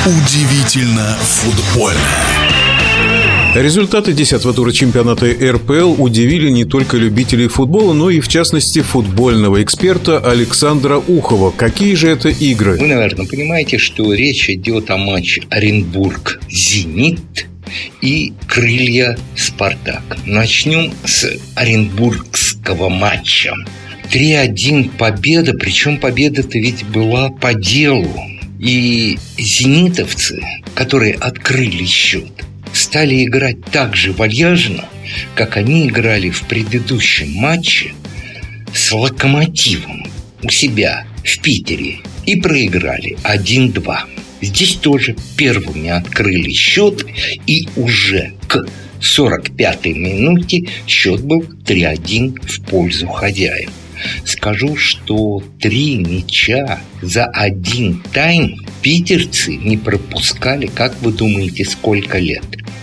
Удивительно футбольно. Результаты 10-го тура чемпионата РПЛ удивили не только любителей футбола, но и, в частности, футбольного эксперта Александра Ухова. Какие же это игры? Вы, наверное, понимаете, что речь идет о матче Оренбург-Зенит и Крылья-Спартак. Начнем с оренбургского матча. 3-1 победа, причем победа-то ведь была по делу. И зенитовцы, которые открыли счет, стали играть так же вальяжно, как они играли в предыдущем матче с Локомотивом у себя в Питере и проиграли 1-2. Здесь тоже первыми открыли счет, и уже к 45-й минуте счет был 3-1 в пользу хозяев. Скажу, что 3 мяча за один тайм питерцы не пропускали, как вы думаете, сколько лет?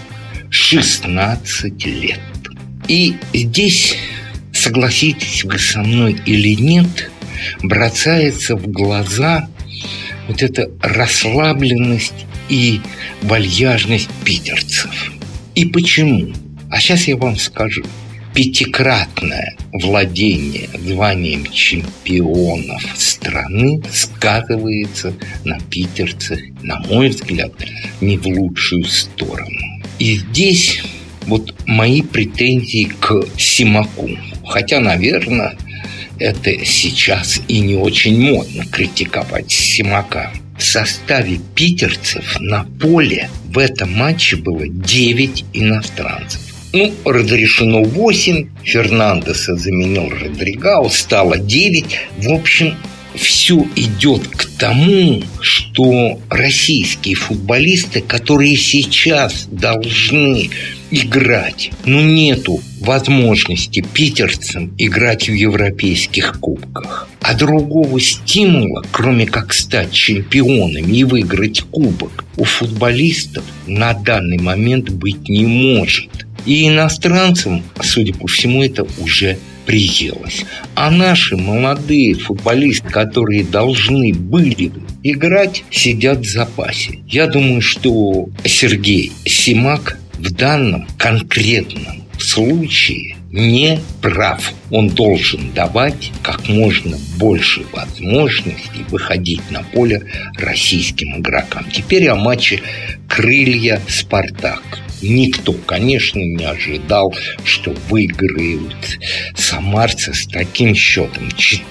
16 лет. И здесь, согласитесь вы со мной или нет, бросается в глаза вот эта расслабленность и вальяжность питерцев. И почему? А сейчас я вам скажу. 5-кратное владение званием чемпионов страны сказывается на питерцах, на мой взгляд, не в лучшую сторону. И здесь вот мои претензии к Симаку. Хотя, наверное, это сейчас и не очень модно критиковать Симака. В составе питерцев на поле в этом матче было 9 иностранцев. Разрешено 8, Фернандеса заменил Родригау, стало 9. В общем, все идет к тому, что российские футболисты, которые сейчас должны играть, нету возможности питерцам играть в европейских кубках. А другого стимула, кроме как стать чемпионами и выиграть кубок, у футболистов на данный момент быть не может. И иностранцам, судя по всему, это уже приелось. А наши молодые футболисты, которые должны были играть, сидят в запасе. Я думаю, что Сергей Симак в данном конкретном случае не прав. Он должен давать как можно больше возможностей выходить на поле российским игрокам. Теперь о матче Крылья-Спартак. Никто, конечно, не ожидал, что выиграют самарцы с таким счетом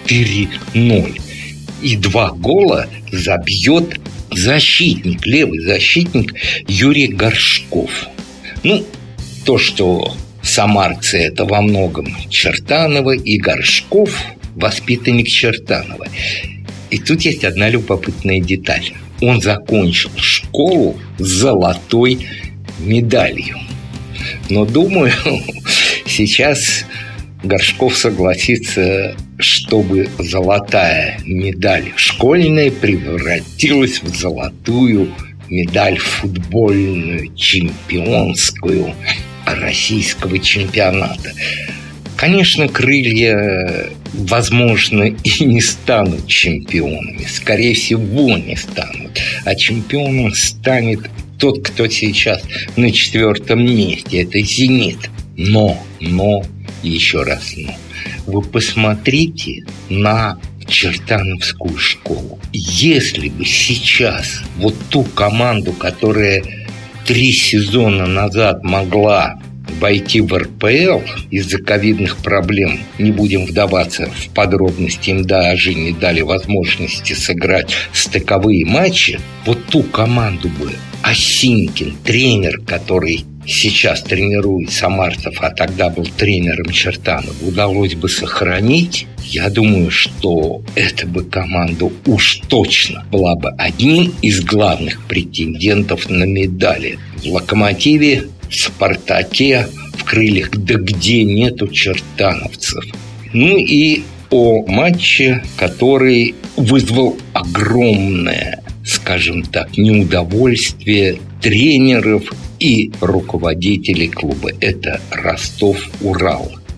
4-0. И 2 гола забьет защитник, левый защитник Юрий Горшков. То, что самарцы – это во многом Чертанова, и Горшков – воспитанник Чертанова. И тут есть одна любопытная деталь. Он закончил школу с золотой медалью. Но, думаю, сейчас Горшков согласится, чтобы золотая медаль школьная превратилась в золотую медаль футбольную, чемпионскую российского чемпионата. Конечно, крылья, возможно, и не станут чемпионами. Скорее всего, не станут. А чемпионом станет тот, кто сейчас на 4-м месте. Это «Зенит». Но, еще раз но. Вы посмотрите на Чертановскую школу. Если бы сейчас вот ту команду, которая 3 сезона назад могла войти в РПЛ из-за ковидных проблем, не будем вдаваться в подробности, им даже не дали возможности сыграть стыковые матчи, вот ту команду бы Осинкин, тренер, который сейчас тренирует самарцев, а тогда был тренером Чертанова, удалось бы сохранить. Я думаю, что эта бы команда уж точно была бы одним из главных претендентов на медали. В «Локомотиве», в «Спартаке», в «Крыльях», да где нету чертановцев. И о матче, который вызвал огромное, скажем так, неудовольствие тренеров и руководителей клуба. Это Ростов-Урал.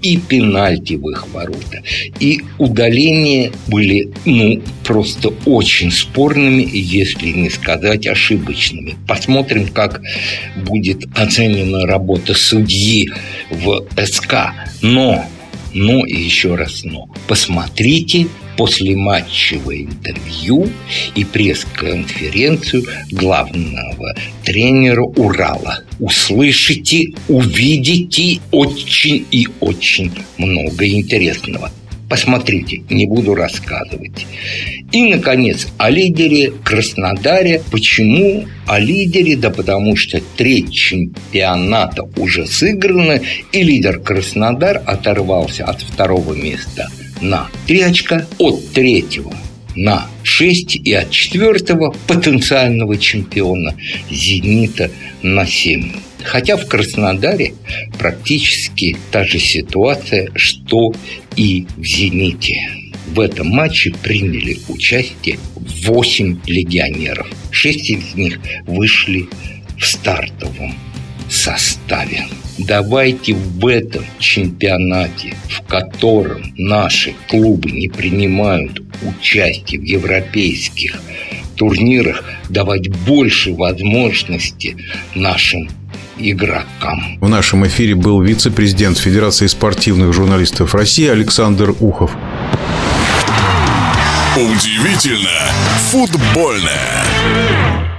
и пенальти в их ворота, и удаления были, просто очень спорными, если не сказать ошибочными. Посмотрим, как будет оценена работа судьи в СК. Но и еще раз посмотрите послематчевое интервью и пресс-конференцию главного тренера Урала. Услышите, увидите очень и очень много интересного. Посмотрите, не буду рассказывать. И, наконец, о лидере Краснодаре. Почему о лидере? Да потому что треть чемпионата уже сыграна, и лидер Краснодар оторвался от второго места на 3 очка, от третьего на 6 и от четвертого потенциального чемпиона «Зенита» на 7. Хотя в Краснодаре практически та же ситуация, что и в «Зените». В этом матче приняли участие 8 легионеров. 6 из них вышли в стартовом составе. Давайте в этом чемпионате, в котором наши клубы не принимают участие в европейских турнирах, давать больше возможностей нашим игрокам. В нашем эфире был вице-президент Федерации спортивных журналистов России Александр Ухов. Удивительно футбольное.